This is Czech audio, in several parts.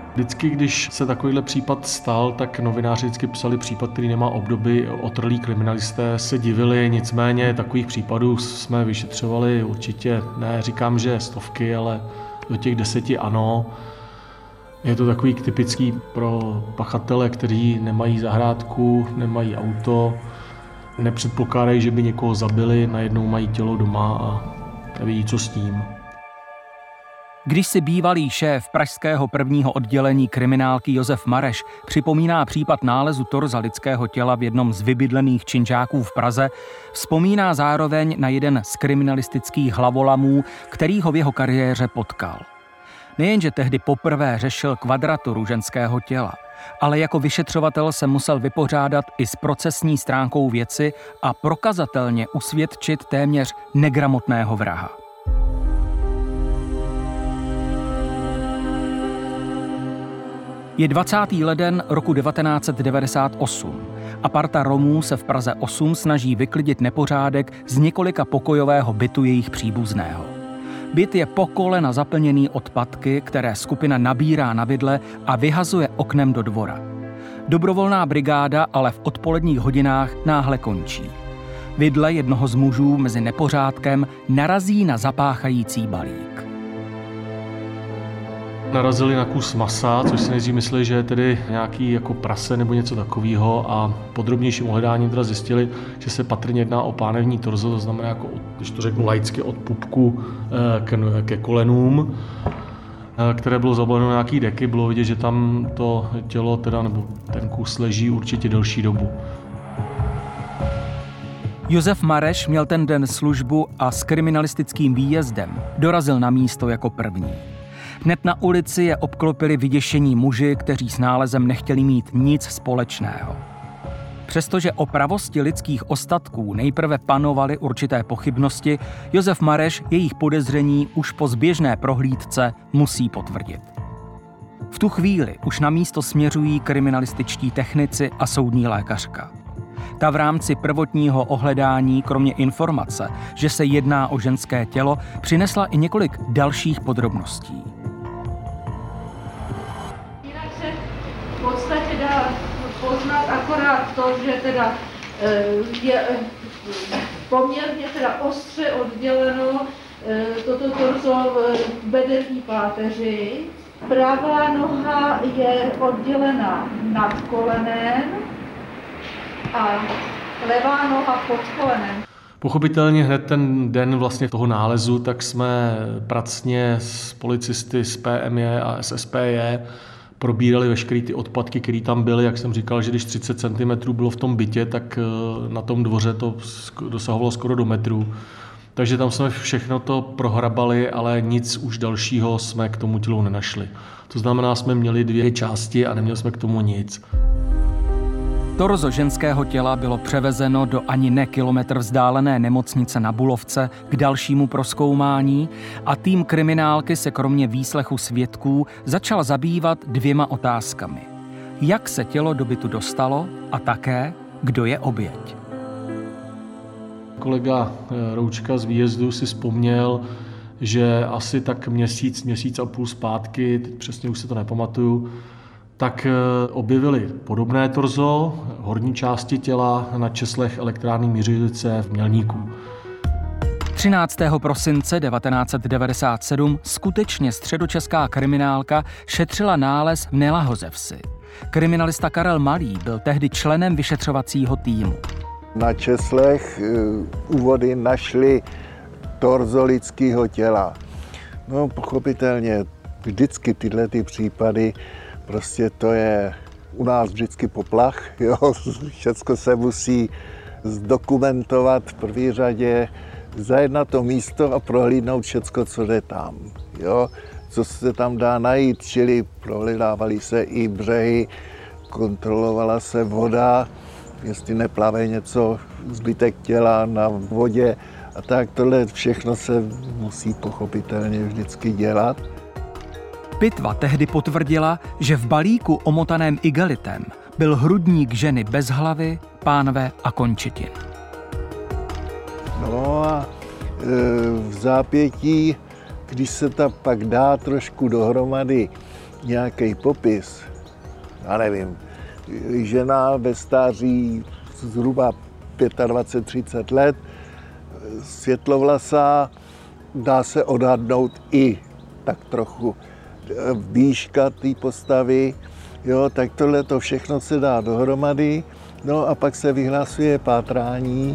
Vždycky, když se takovýhle případ stal, tak novináři vždycky psali případ, který nemá obdoby, otrlí kriminalisté se divili, nicméně takových případů jsme vyšetřovali určitě, ne říkám, že stovky, ale do těch 10 ano. Je to takový typický pro pachatele, kteří nemají zahrádku, nemají auto, nepředpokládají, že by někoho zabili, najednou mají tělo doma a neví, co s tím. Když si bývalý šéf pražského prvního oddělení kriminálky Josef Mareš připomíná případ nálezu torza lidského těla v jednom z vybydlených činžáků v Praze, vzpomíná zároveň na jeden z kriminalistických hlavolamů, který ho v jeho kariéře potkal. Nejenže tehdy poprvé řešil kvadraturu ženského těla, ale jako vyšetřovatel se musel vypořádat i s procesní stránkou věci a prokazatelně usvědčit téměř negramotného vraha. Je 20. leden roku 1998 a parta Romů se v Praze 8 snaží vyklidit nepořádek z několika pokojového bytu jejich příbuzného. Byt je po kolena zaplněný odpadky, které skupina nabírá na vidle a vyhazuje oknem do dvora. Dobrovolná brigáda ale v odpoledních hodinách náhle končí. Vidle jednoho z mužů mezi nepořádkem narazí na zapáchající balík. Narazili na kus masa, což si nejdřív mysleli, že je tedy nějaký jako prase nebo něco takového a podrobnějším ohledáním teda zjistili, že se patrně jedná o pánevní torzo, to znamená, jako, když to řeknu laicky, od pupku ke kolenům, které bylo zabaleno na nějaký deky. Bylo vidět, že tam to tělo teda, nebo ten kus leží určitě delší dobu. Josef Mareš měl ten den službu a s kriminalistickým výjezdem dorazil na místo jako první. Hned na ulici je obklopili vyděšení muži, kteří s nálezem nechtěli mít nic společného. Přestože o pravosti lidských ostatků nejprve panovaly určité pochybnosti, Josef Mareš jejich podezření už po zběžné prohlídce musí potvrdit. V tu chvíli už na místo směřují kriminalističtí technici a soudní lékařka. Ta v rámci prvotního ohledání, kromě informace, že se jedná o ženské tělo, přinesla i několik dalších podrobností. Jinak se v podstatě dá poznat akorát to, že teda je poměrně teda ostře odděleno toto torzo v bederní páteři. Pravá noha je oddělena nad kolenem a levá noha pod kolenem. Pochopitelně hned ten den vlastně toho nálezu, tak jsme pracně s policisty z PMJ a SSPJ probírali veškeré ty odpadky, které tam byly. Jak jsem říkal, že když 30 cm bylo v tom bytě, tak na tom dvoře to dosahovalo skoro do metru. Takže tam jsme všechno to prohrabali, ale nic už dalšího jsme k tomu tělu nenašli. To znamená, jsme měli 2 části a neměli jsme k tomu nic. Torzo ženského těla bylo převezeno do ani ne kilometr vzdálené nemocnice na Bulovce k dalšímu prozkoumání a tým kriminálky se kromě výslechu svědků začal zabývat 2 otázkami. Jak se tělo do bytu dostalo a také, kdo je oběť. Kolega Roučka z výjezdu si vzpomněl, že asi tak měsíc a půl zpátky, teď přesně už se to nepamatuju, tak objevili podobné torzo, horní části těla na česlech elektrárny Mířilice v Mělníku. 13. prosince 1997 skutečně středočeská kriminálka šetřila nález v Nelahoze vsi. Kriminalista Karel Malý byl tehdy členem vyšetřovacího týmu. Na česlech u vody našli torzo lidského těla. No pochopitelně vždycky tyhle případy, prostě to je u nás vždycky poplach, jo? Všecko se musí zdokumentovat v první řadě, zajet na to místo a prohlídnout všecko, co jde tam, jo? Co se tam dá najít, čili prohledávaly se i břehy, kontrolovala se voda, jestli neplave něco, zbytek těla na vodě a tak tohle všechno se musí pochopitelně vždycky dělat. Pitva tehdy potvrdila, že v balíku omotaném igelitem byl hrudník ženy bez hlavy, pánve a končetin. No a v zápětí, když se ta pak dá trošku dohromady nějaký popis, já nevím, žena ve stáří zhruba 25-30 let, světlovlasá, dá se odhadnout i tak trochu výška té postavy, jo, tak tohle to všechno se dá dohromady, no a pak se vyhlasuje pátrání.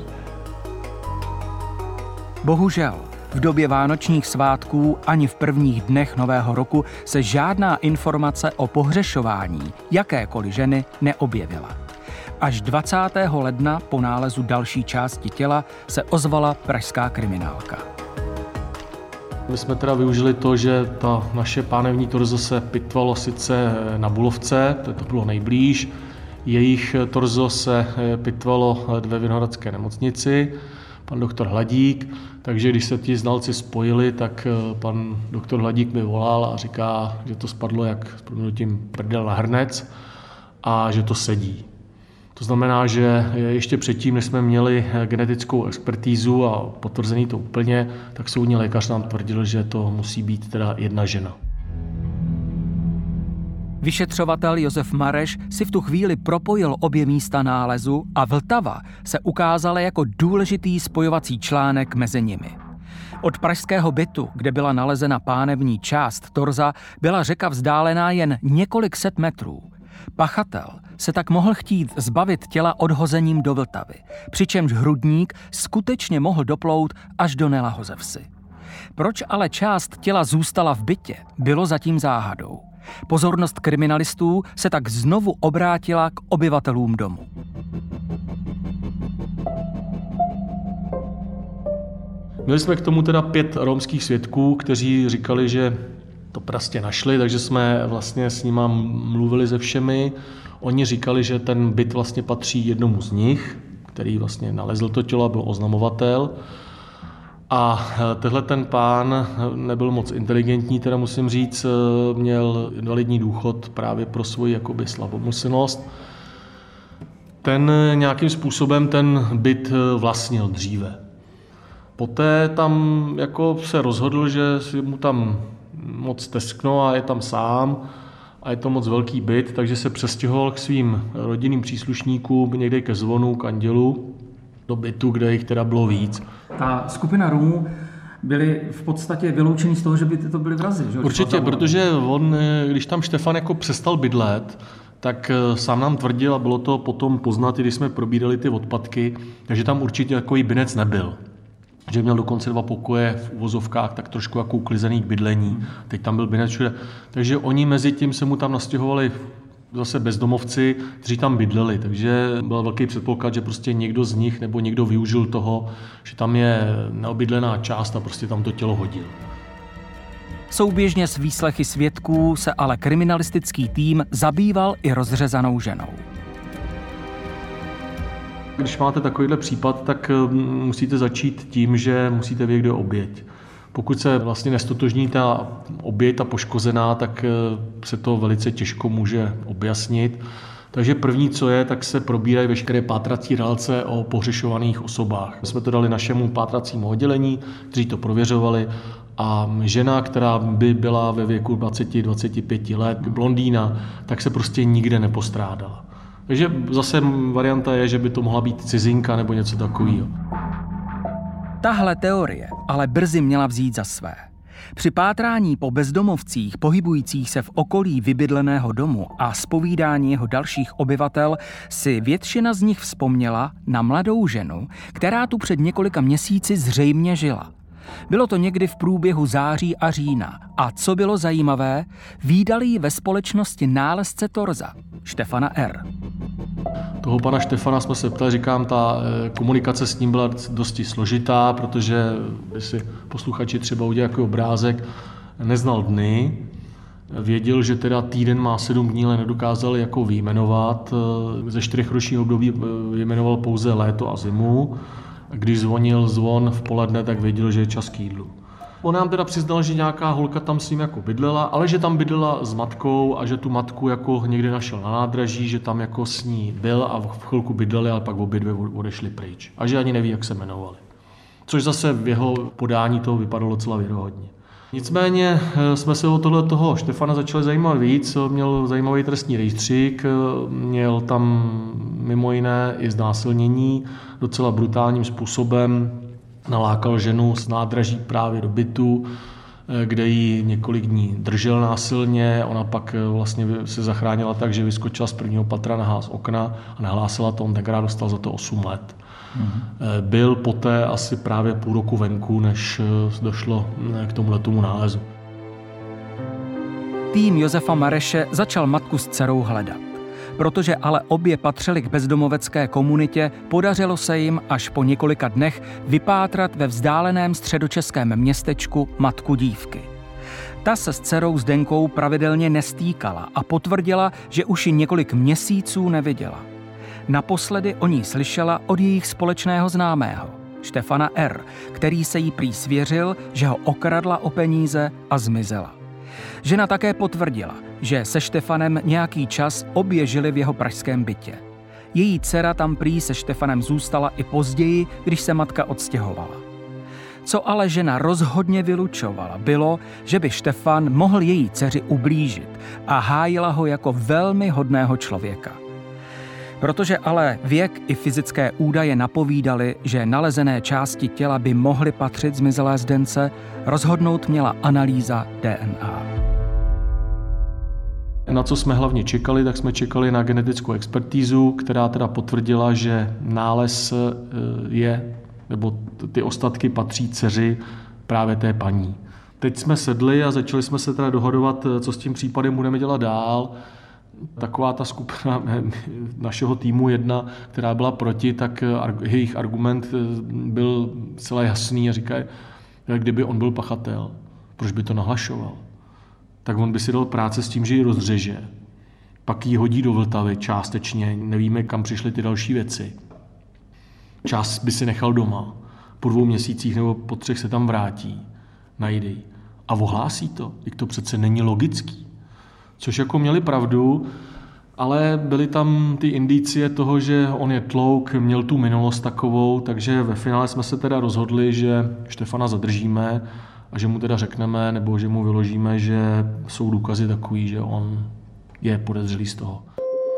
Bohužel, v době vánočních svátků ani v prvních dnech Nového roku se žádná informace o pohřešování jakékoliv ženy neobjevila. Až 20. ledna po nálezu další části těla se ozvala pražská kriminálka. My jsme teda využili to, že ta naše pánevní torzo se pitvalo sice na Bulovce, to bylo nejblíž, jejich torzo se pitvalo ve Vinohradské nemocnici, pan doktor Hladík, takže když se ti znalci spojili, tak pan doktor Hladík mi volal a říká, že to spadlo jak s prominutím prdel na hrnec a že to sedí. To znamená, že ještě předtím, než jsme měli genetickou expertízu a potvrzený to úplně, tak soudní lékař nám tvrdil, že to musí být teda jedna žena. Vyšetřovatel Josef Mareš si v tu chvíli propojil obě místa nálezu a Vltava se ukázala jako důležitý spojovací článek mezi nimi. Od pražského bytu, kde byla nalezena pánevní část torza, byla řeka vzdálená jen několik set metrů. Pachatel se tak mohl chtít zbavit těla odhozením do Vltavy, přičemž hrudník skutečně mohl doplout až do Nelahoze Vsi. Proč ale část těla zůstala v bytě, bylo zatím záhadou. Pozornost kriminalistů se tak znovu obrátila k obyvatelům domu. Měli jsme k tomu teda 5 romských svědků, kteří říkali, že to prostě našli, takže jsme vlastně s nima mluvili se všemi. Oni říkali, že ten byt vlastně patří jednomu z nich, který vlastně nalezl to tělo a byl oznamovatel. A tenhle ten pán nebyl moc inteligentní, teda musím říct, měl invalidní důchod právě pro svoji jakoby slabomyslnost. Ten nějakým způsobem ten byt vlastnil dříve. Poté tam jako se rozhodl, že si mu tam moc teskno a je tam sám a je to moc velký byt, takže se přestěhoval k svým rodinným příslušníkům někde ke Zvonu, k Andělu, do bytu, kde jich teda bylo víc. Ta skupina Romů byli v podstatě vyloučení z toho, že by to byli vrazi, že? Určitě, protože on, když tam Štefan jako přestal bydlet, tak sám nám tvrdil, a bylo to potom poznat, když jsme probírali ty odpadky, takže tam určitě takový binec nebyl. Že měl dokonce 2 pokoje v uvozovkách, tak trošku jako uklizený k bydlení. Teď tam byl binec všude. Takže oni mezi tím se mu tam nastěhovali zase bezdomovci, kteří tam bydleli. Takže byl velký předpoklad, že prostě někdo z nich nebo někdo využil toho, že tam je neobydlená část a prostě tam to tělo hodil. Souběžně s výslechy svědků se ale kriminalistický tým zabýval i rozřezanou ženou. Když máte takovýhle případ, tak musíte začít tím, že musíte vědět, kdo je oběť. Pokud se vlastně nestotožní ta oběť, ta poškozená, tak se to velice těžko může objasnit. Takže první, co je, tak se probírají veškeré pátrací relace o pohřešovaných osobách. My jsme to dali našemu pátracímu oddělení, kteří to prověřovali, a žena, která by byla ve věku 20-25 let, blondýna, tak se prostě nikde nepostrádala. Takže zase varianta je, že by to mohla být cizinka nebo něco takového. Tahle teorie ale brzy měla vzít za své. Při pátrání po bezdomovcích pohybujících se v okolí vybydleného domu a zpovídání jeho dalších obyvatel si většina z nich vzpomněla na mladou ženu, která tu před několika měsíci zřejmě žila. Bylo to někdy v průběhu září a října a co bylo zajímavé, vídali ji ve společnosti nálezce torza, Štefana R. Toho pana Štefana jsme se ptali, říkám, ta komunikace s ním byla dosti složitá, protože by si posluchači třeba udělali jako obrázek, neznal dny, věděl, že teda týden má 7 dní, ale nedokázal jako vyjmenovat. Ze 4 ročních období vyjmenoval pouze léto a zimu. Když zvonil zvon v poledne, tak věděl, že je čas k jídlu. On nám teda přiznal, že nějaká holka tam s ním jako bydlela, ale že tam bydlela s matkou a že tu matku jako někde našel na nádraží, že tam jako s ní byl a v chvilku bydleli, ale pak obě dvě odešli pryč. A že ani neví, jak se jmenovali. Což zase v jeho podání toho vypadalo docela věrohodně. Nicméně jsme se o toho Štefana začali zajímat víc, měl zajímavý trestní rejstřík, měl tam mimo jiné i znásilnění docela brutálním způsobem, nalákal ženu z nádraží právě do bytu, kde ji několik dní držel násilně, ona pak vlastně se zachránila tak, že vyskočila z prvního patra nahá z okna a nahlásila to, on tenkrát dostal za to 8 let. Byl poté asi právě půl roku venku, než došlo k tomuhletomu nálezu. Tým Josefa Mareše začal matku s dcerou hledat. Protože ale obě patřily k bezdomovecké komunitě, podařilo se jim až po několika dnech vypátrat ve vzdáleném středočeském městečku matku dívky. Ta se s dcerou Zdenkou pravidelně nestýkala a potvrdila, že už ji několik měsíců neviděla. Naposledy o ní slyšela od jejich společného známého, Štefana R., který se jí prý svěřil, že ho okradla o peníze a zmizela. Žena také potvrdila, že se Štefanem nějaký čas obě žili v jeho pražském bytě. Její dcera tam prý se Štefanem zůstala i později, když se matka odstěhovala. Co ale žena rozhodně vylučovala, bylo, že by Štefan mohl její dceři ublížit a hájila ho jako velmi hodného člověka. Protože ale věk i fyzické údaje napovídaly, že nalezené části těla by mohly patřit zmizelé Zdence, rozhodnout měla analýza DNA. Na co jsme hlavně čekali, tak jsme čekali na genetickou expertízu, která teda potvrdila, že nález je, nebo ty ostatky patří dceři právě té paní. Teď jsme sedli a začali jsme se teda dohadovat, co s tím případem budeme dělat dál. Taková ta skupina našeho týmu jedna, která byla proti, tak jejich argument byl celá jasný a říkají, kdyby on byl pachatel, proč by to nahlašoval? Tak on by si dal práce s tím, že ji rozřeže. Pak ji hodí do Vltavy částečně, nevíme, kam přišly ty další věci. Část by si nechal doma. Po 2 měsících nebo po 3 se tam vrátí, najde ji a ohlásí to. Teď to přece není logický. Což jako měli pravdu, ale byly tam ty indicie toho, že on je tlouk, měl tu minulost takovou, takže ve finále jsme se teda rozhodli, že Štefana zadržíme a že mu teda řekneme, nebo že mu vyložíme, že jsou důkazy takový, že on je podezřelý z toho.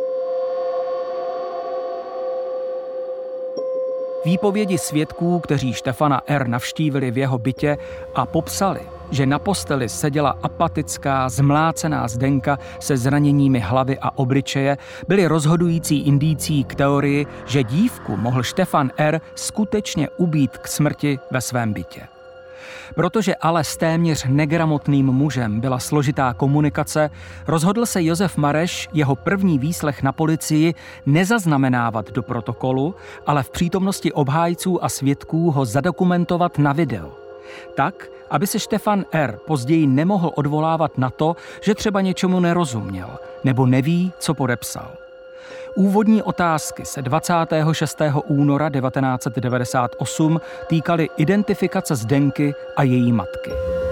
Výpovědi svědků, kteří Štefana R. navštívili v jeho bytě a popsali, že na posteli seděla apatická, zmlácená Zdenka se zraněními hlavy a obličeje, byly rozhodující indicí k teorii, že dívku mohl Štefan R. skutečně ubít k smrti ve svém bytě. Protože ale s téměř negramotným mužem byla složitá komunikace, rozhodl se Josef Mareš jeho první výslech na policii nezaznamenávat do protokolu, ale v přítomnosti obhájců a svědků ho zadokumentovat na video. Tak, aby se Štefan R. později nemohl odvolávat na to, že třeba něčemu nerozuměl nebo neví, co podepsal. Úvodní otázky se 26. února 1998 týkaly identifikace Zdenky a její matky.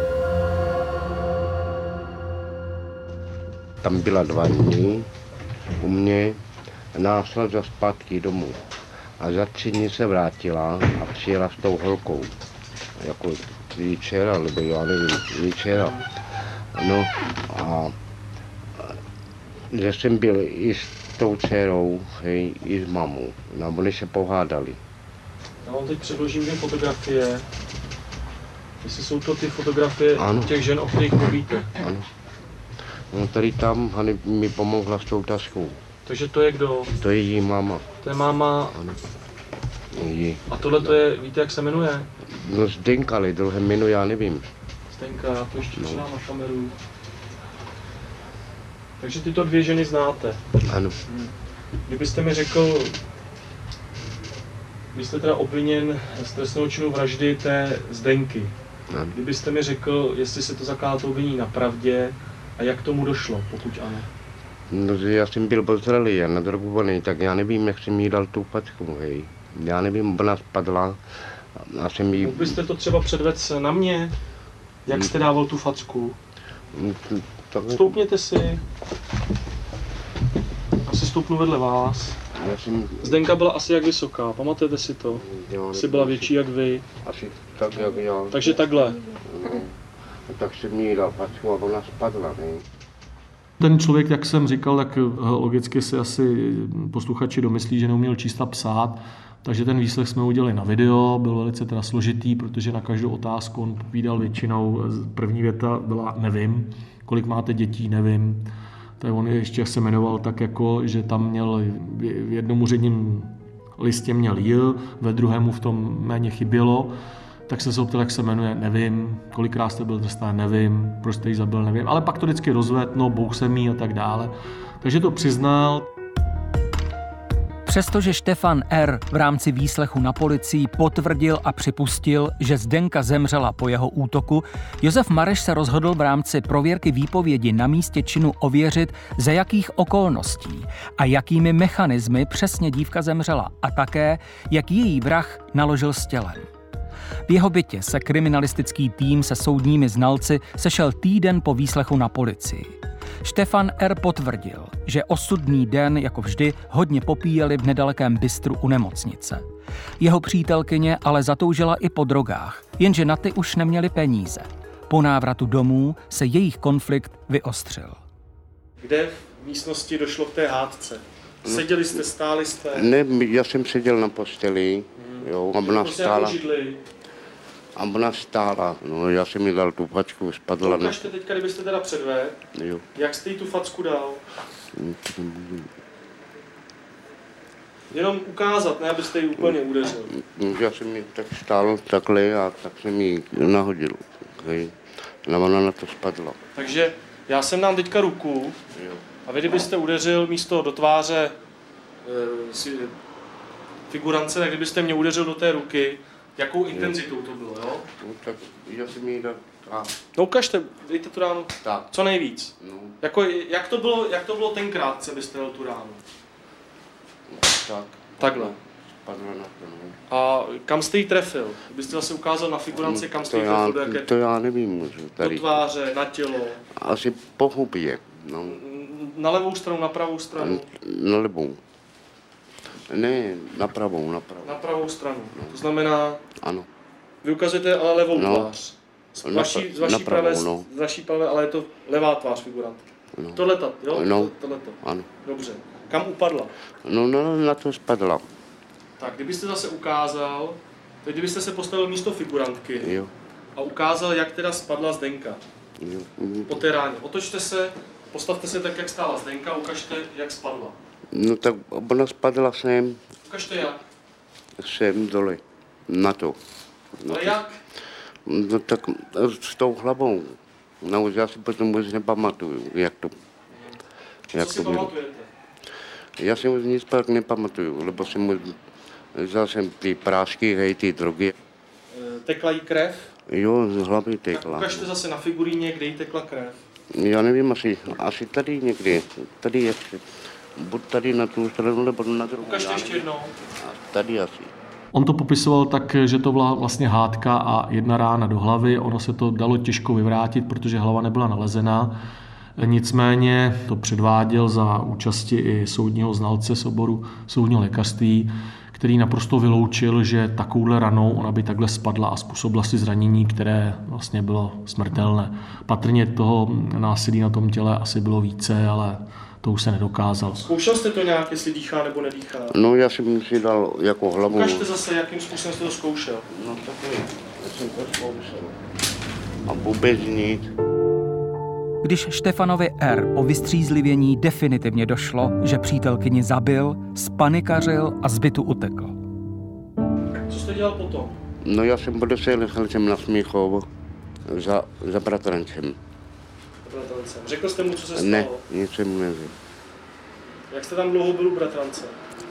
Tam byla 2 dny u mě, násla za zpátky domů. A za 3 dny se vrátila a přijela s tou holkou. Jako včera, nebo já nevím, včera. No a že jsem byl i s tou dcerou, hej, i s mamou. No, oni se pohádali. Já vám teď předložím 2 fotografie. Jestli jsou to ty fotografie těch žen, o kterých mluvíte. Ano. No tady tam Hany mi pomohla s tou taškou. Takže to je kdo? To je její máma. To je máma. Ano. A tohle to je, víte, jak se jmenuje? No Zdenka, ale druhé jméno já nevím. Zdenka, já to ještě přidám na kameru. Takže tyto 2 ženy znáte. Ano. Kdybyste mi řekl, vy jste teda obviněn z trestného činu vraždy té Zdenky. Ano. Kdybyste mi řekl, jestli se to zakládá obvinění na pravdě a jak tomu došlo, pokud ano. No, já jsem byl pozralý a nadrogovaný, tak já nevím, jak jsem jí dal tu facku, hej. Já nevím, ona spadla a jsem jí... Mohl byste to třeba předvést na mě? Jak jste dával tu facku? Stoupněte si. Asi stoupnu vedle vás. Zdenka byla asi jak vysoká, pamatujete si to? Asi byla větší jak vy. Asi tak jak já. Takže takhle. tak jsem jí dal facku a ona spadla, ne? Ten člověk, jak jsem říkal, tak logicky si asi posluchači domyslí, že neuměl číst a psát, takže ten výslech jsme udělali na video, byl velice teda složitý, protože na každou otázku on povídal většinou, první věta byla nevím, kolik máte dětí, nevím. Tak on ještě se jmenoval tak jako, že tam měl v jednom úředním listě měl j, ve druhému v tom méně chybělo, tak jsem se optal, jak se jmenuje, nevím, kolikrát jste byl trestán, nevím, proč jste jí zabil, nevím, ale pak to vždycky rozvedl, no bouch jsem jí a tak dále. Takže to přiznal. Přestože Štefan R. v rámci výslechu na policii potvrdil a připustil, že Zdenka zemřela po jeho útoku, Josef Mareš se rozhodl v rámci prověrky výpovědi na místě činu ověřit, za jakých okolností a jakými mechanismy přesně dívka zemřela a také, jak její vrah naložil s tělem. V jeho bytě se kriminalistický tým se soudními znalci sešel týden po výslechu na policii. Štefan R. potvrdil, že osudný den, jako vždy, hodně popíjeli v nedalekém bistru u nemocnice. Jeho přítelkyně ale zatoužila i po drogách, jenže na ty už neměli peníze. Po návratu domů se jejich konflikt vyostřil. Kde v místnosti došlo k té hádce? Seděli jste, stáli jste? Ne, já jsem seděl na posteli, jo, a ona stála. No, já jsem jí dal tu facku, spadla. Ukažte teďka, kdybyste teda předvedl, jak jste jí tu facku dal? Jenom ukázat, ne, abyste ji úplně udeřil. Já jsem jí tak stál takhle a tak jsem jí nahodil. A ona na to spadla. Takže já jsem dám teďka ruku a vy, kdybyste udeřil místo do tváře figurance, tak kdybyste mě udeřil do té ruky, jakou intenzitou to bylo, jo? No, tak já jsem jí dal... No ukažte, dejte tu ránu tak. Co nejvíc. No. Jako, jak to bylo tenkrát, co byste dal tu ránu? Tak. Takhle. Spadla na to, no. A kam jste ji trefil? Kdybyste zase ukázal na figuranci, kam jste ji trefil? Do jaké... To já nevím, můžu tady. Do tváře, na tělo? Asi po hubě, no. Na levou stranu, na pravou stranu? Na levou. Ne, na pravou. Na pravou stranu. No. To znamená... Ano. Vy ukazujete ale levou tvář. Z vaší pravé, ale je to levá tvář figurantky. No. Tohleto, jo? No. Tohleto. Ano. Dobře. Kam upadla? No, na to spadla. Tak, kdybyste zase ukázal, teď kdybyste se postavil místo figurantky a ukázal, jak teda spadla Zdenka. Po té ráně. Otočte se, postavte se tak, jak stála Zdenka a ukažte, jak spadla. No tak ona spadla sem. Ukažte jak. Sem dole. Na to. Ale jak? No tak s tou hlavou. No já si potom vůbec nepamatuju, jak to Co si pamatujete? Já si nic pak nepamatuju, lebo jsem vzal jsem ty prášky, hej, ty drogy. Tekla jí krev? Jo, z hlavy tekla. Tak ukažte zase na figuríně, kde jí tekla krev. Já nevím, asi tady někdy. Tady ještě. Buď tady na tu stranu, nebo na druhou. Ukažte ještě jednou. Tady asi. On to popisoval tak, že to byla vlastně hádka a jedna rána do hlavy. Ono se to dalo těžko vyvrátit, protože hlava nebyla nalezená. Nicméně to předváděl za účasti i soudního znalce z oboru soudního lékařství, který naprosto vyloučil, že takovouhle ranou ona by takhle spadla a způsobila si zranění, které vlastně bylo smrtelné. Patrně toho násilí na tom těle asi bylo více, ale to už se nedokázalo. Zkoušel jste to nějak, jestli dýchá nebo nedýchá? No já jsem si dal jako hlavu. Ukažte zase, jakým způsobem jste to zkoušel. No takový, já jsem to zkoušel. A vůbec nic. Když Štefanovi R. po vystřízlivění definitivně došlo, že přítelkyni zabil, spanikařil a z bytu utekl. Co jste dělal potom? No já jsem podešel na Smíchov za bratrancem. Řekl jste mu, co se stalo? Ne, nic jsem mu neřekl. Jak jste tam dlouho byl u bratrance?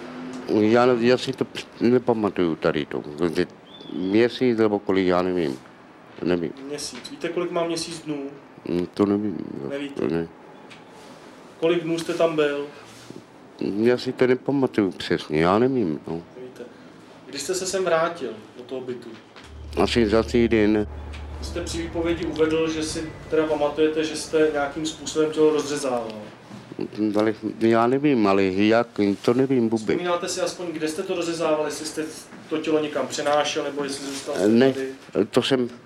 Já si to nepamatuju tady to. Měsíc nebo kolik, já nevím. Měsíc. Víte, kolik má měsíc dnů? To nevím. Nevíte? To ne. Kolik dnů jste tam byl? Já si to nepamatuju přesně, já nevím. No. Nevíte. Když jste se sem vrátil do toho bytu? Asi za týden. Jste při výpovědi uvedl, že si teda pamatujete, že jste nějakým způsobem tělo rozřezával. Ale já nevím, ale jak, to nevím vůbec. Vzpomínáte si aspoň, kde jste to rozřezával, jestli jste to tělo někam přenášel, nebo jestli zůstal Ne, tady?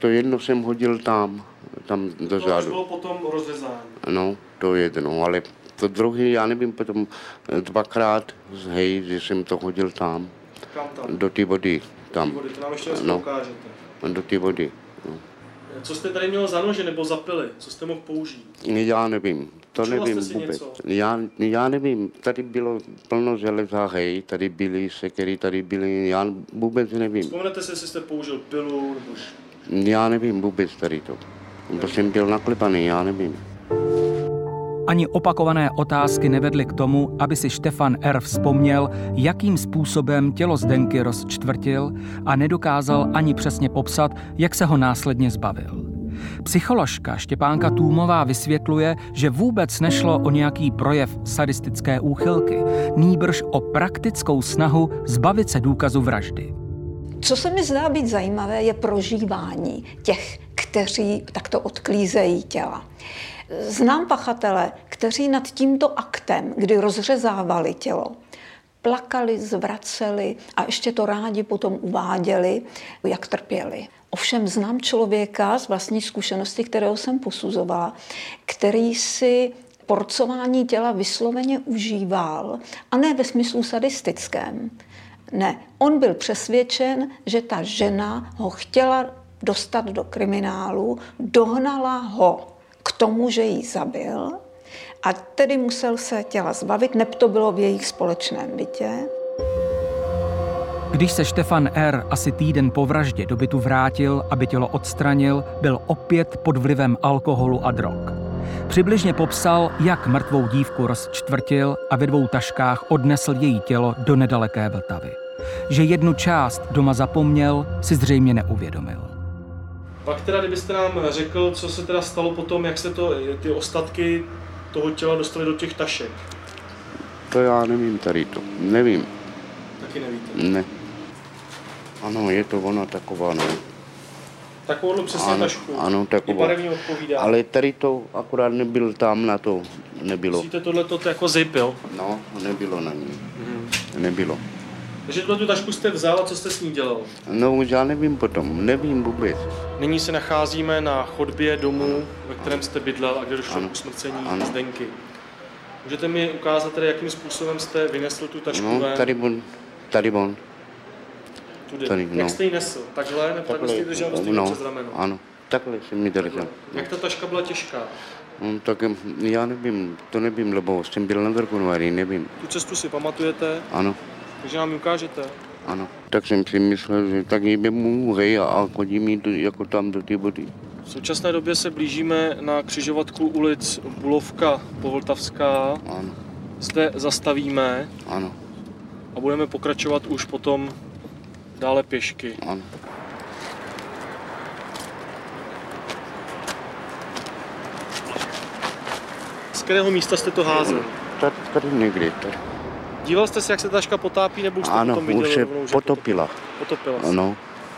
to jedno jsem hodil tam dozadu. To bylo potom rozřezání. No, to jedno, ale to druhý, já nevím, potom dvakrát, hej, že jsem to hodil tam. Kam tam? Do té vody. Tam. Do té vody, to nám ještě ukážete. Do té vody. No. Co jste tady měl za nože nebo za pily? Co jste mohl použít? Já nevím, to Čuval nevím jste si vůbec. něco? Já nevím, tady bylo plno železa, hej, tady byly sekery, tady byly, já vůbec nevím. Vzpomenete si, jestli jste použil pilu nebo... Já nevím vůbec tady to. To jsem byl naklepaný, já nevím. Ani opakované otázky nevedly k tomu, aby si Štefan R. vzpomněl, jakým způsobem tělo Zdenky rozčtvrtil a nedokázal ani přesně popsat, jak se ho následně zbavil. Psycholožka Štěpánka Tůmová vysvětluje, že vůbec nešlo o nějaký projev sadistické úchylky, nýbrž o praktickou snahu zbavit se důkazu vraždy. Co se mi zdá být zajímavé, je prožívání těch, kteří takto odklízejí těla. Znám pachatele, kteří nad tímto aktem, kdy rozřezávali tělo, plakali, zvraceli a ještě to rádi potom uváděli, jak trpěli. Ovšem znám člověka z vlastní zkušenosti, kterého jsem posuzovala, který si porcování těla vysloveně užíval, a ne ve smyslu sadistickém. Ne, on byl přesvědčen, že ta žena ho chtěla dostat do kriminálu, dohnala ho k tomu, že ji zabil, a tedy musel se těla zbavit, neb to bylo v jejich společném bytě. Když se Štefan R. asi týden po vraždě do bytu vrátil, aby tělo odstranil, byl opět pod vlivem alkoholu a drog. Přibližně popsal, jak mrtvou dívku rozčtvrtil a ve 2 taškách odnesl její tělo do nedaleké Vltavy. Že jednu část doma zapomněl, si zřejmě neuvědomil. Pak teda, kdybyste nám řekl, co se teda stalo potom, jak se ty ostatky toho těla dostaly do těch tašek. To já nevím tady to, nevím. Taky nevíte? Ne. Ano, je to ona taková, no. Takovou přesně tašku. Ano, takovou. I barevně odpovídá. Ale tady to akorát nebyl tam na to, nebylo. Myslíte tohleto jako zip, jo? No, nebylo na ní. Nebylo. Takže tu tašku jste vzal a co jste s ní dělal? No, já nevím potom, nevím vůbec. Nyní se nacházíme na chodbě domu, ve kterém jste bydlel a kde došlo k usmrcení Zdenky. Můžete mi ukázat tedy, jakým způsobem jste vynesl tu tašku ven? No, tady on. Tudy. Tady, no. Jak jste ji nesl? Takhle? Nebo takhle jste ji držel přes rameno? Ano, takhle jsem ji držel. Jak ta taška byla těžká? No, tak já nevím, to nevím, lebo jsem byl na Drkonvári, nevím. Tu cestu si pamatujete? Ano. Takže nám ji ukážete? Ano. Tak jsem si myslel, že tak jdu hej a chodím jí jako tam do té vody. V současné době se blížíme na křižovatku ulic Bulovka Povltavská. Ano. Zde zastavíme. Ano. A budeme pokračovat už potom dále pěšky. Ano. Z kterého místa jste to házel? Tady někdy. Tady. Díval jste se, jak se ta taška potápí, nebo už jste ano, potom viděl? Ano, už se rovnou, potopila. Potopila se. Ano.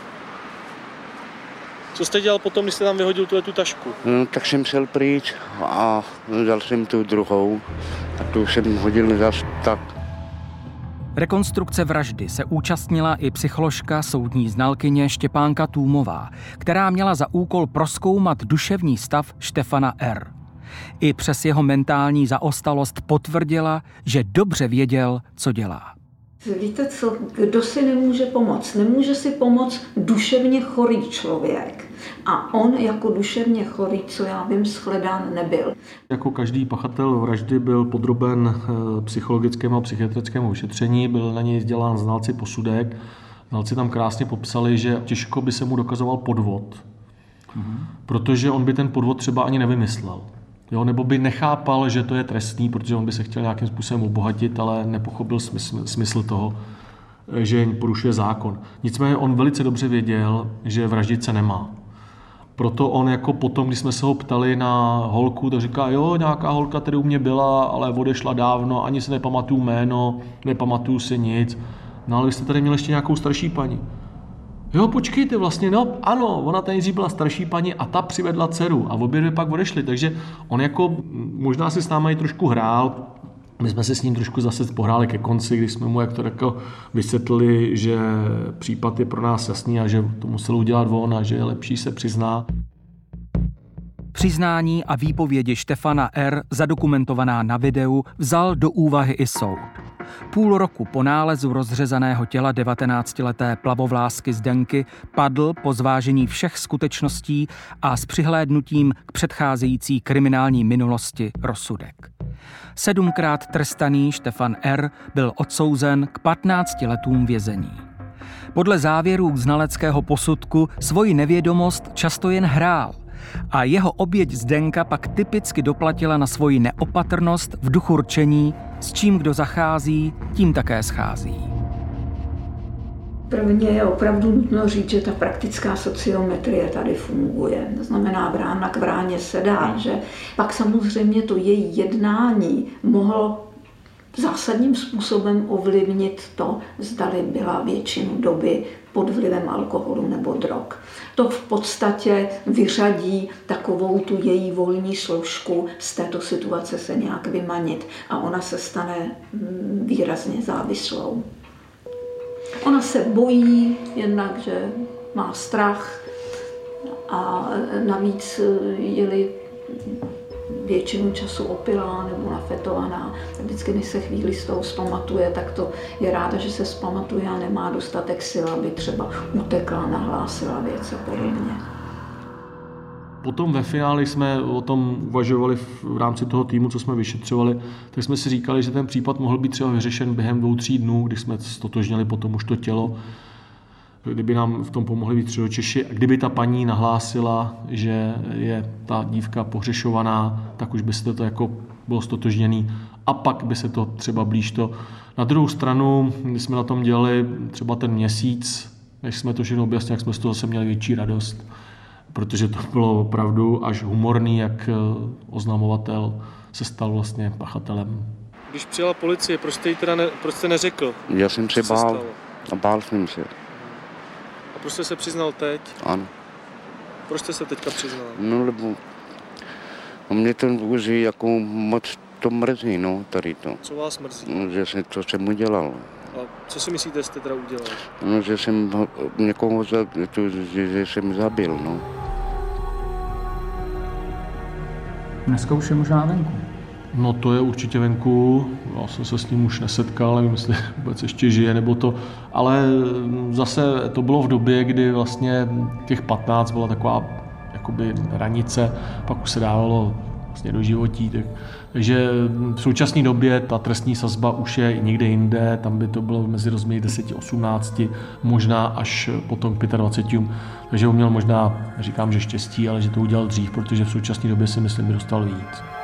Co jste dělal potom, když jste tam vyhodil tu tašku? No, tak jsem šel pryč a dal jsem tu druhou a tu jsem hodil zas tak. Rekonstrukce vraždy se účastnila i psycholožka, soudní znalkyně Štěpánka Tůmová, která měla za úkol prozkoumat duševní stav Štefana R. I přes jeho mentální zaostalost potvrdila, že dobře věděl, co dělá. Víte co, kdo si nemůže pomoct? Nemůže si pomoct duševně chorý člověk. A on jako duševně chorý, co já vím, shledán nebyl. Jako každý pachatel vraždy byl podroben psychologickému a psychiatrickému vyšetření, byl na něj dělán znalci posudek. Znalci tam krásně popsali, že těžko by se mu dokazoval podvod, protože on by ten podvod třeba ani nevymyslel. Jo, nebo by nechápal, že to je trestný, protože on by se chtěl nějakým způsobem obohatit, ale nepochopil smysl toho, že porušuje zákon. Nicméně on velice dobře věděl, že vraždit se nemá. Proto on jako potom, když jsme se ho ptali na holku, tak říká, jo, nějaká holka tady u mě byla, ale odešla dávno, ani se nepamatuju jméno, nepamatuju si nic. No ale vy jste tady měl ještě nějakou starší paní. Jo, počkejte, vlastně, no ano, ona tady nejdřív byla starší paní a ta přivedla dceru a obě dvě pak odešly, takže on jako možná si s námi i trošku hrál, My jsme se s ním trošku zase pohráli ke konci, když jsme mu jak to jako vysvětlili, že případ je pro nás jasný a že to musel udělat on a že je lepší se přizná. Přiznání a výpovědi Štefana R., zadokumentovaná na videu, vzal do úvahy i soud. Půl roku po nálezu rozřezaného těla 19leté plavovlásky Zdenky padl po zvážení všech skutečností a s přihlédnutím k předcházející kriminální minulosti rozsudek. 7krát trestaný Štefan R. byl odsouzen k 15 letům vězení. Podle závěrů znaleckého posudku svoji nevědomost často jen hrál a jeho oběť Zdenka pak typicky doplatila na svoji neopatrnost v duchu rčení, s čím kdo zachází, tím také schází. Prvně je opravdu nutno říct, že ta praktická sociometrie tady funguje. To znamená, brána k bráně se dá, že pak samozřejmě to její jednání mohlo zásadním způsobem ovlivnit to, zdali byla většinu doby pod vlivem alkoholu nebo drog. To v podstatě vyřadí takovou tu její volní složku z této situace se nějak vymanit a ona se stane výrazně závislou. Ona se bojí, jednak, že má strach a navíc je-li většinu času opilá nebo nafetovaná. Vždycky, když se chvíli z toho zpamatuje, tak to je ráda, že se zpamatuje a nemá dostatek sil, aby třeba utekla, nahlásila věc a podobně. Potom ve finále jsme o tom uvažovali v rámci toho týmu, co jsme vyšetřovali, tak jsme si říkali, že ten případ mohl být třeba vyřešen během 2-3 dnů, když jsme stotožnili potom už to tělo, kdyby nám v tom pomohli víc Středočeši. A kdyby ta paní nahlásila, že je ta dívka pohřešovaná, tak už by se to jako bylo stotožněný a pak by se to třeba blíž to. Na druhou stranu, když jsme na tom dělali třeba ten měsíc, než jsme to všechno objasnili, jak jsme z toho zase měli větší radost, protože to bylo opravdu až humorný, jak oznamovatel se stal vlastně pachatelem. Když přijela policie, proč jste neřekl? Já jsem se bál a bál jsem se. A proč jste se přiznal teď? Ano. Proč jste se teďka přiznal? No, lebo mě ten už jako moc to mrzí, no, tady to. Co vás mrzí? No, že jsem udělal. A co si myslíte, jste teda udělal? No, že jsem někoho že jsem zabil, no. Dneska už je možná venku. No to je určitě venku, já jsem se s ním už nesetkal, nevím, jestli vůbec ještě žije nebo to, ale zase to bylo v době, kdy vlastně těch 15 byla taková jakoby hranice, pak už se dávalo vlastně do životí, takže v současné době ta trestní sazba už je někde jinde, tam by to bylo mezi rozměry 10-18, možná až potom k 25, takže on měl možná, říkám, že štěstí, ale že to udělal dřív, protože v současné době si myslím, by dostal víc.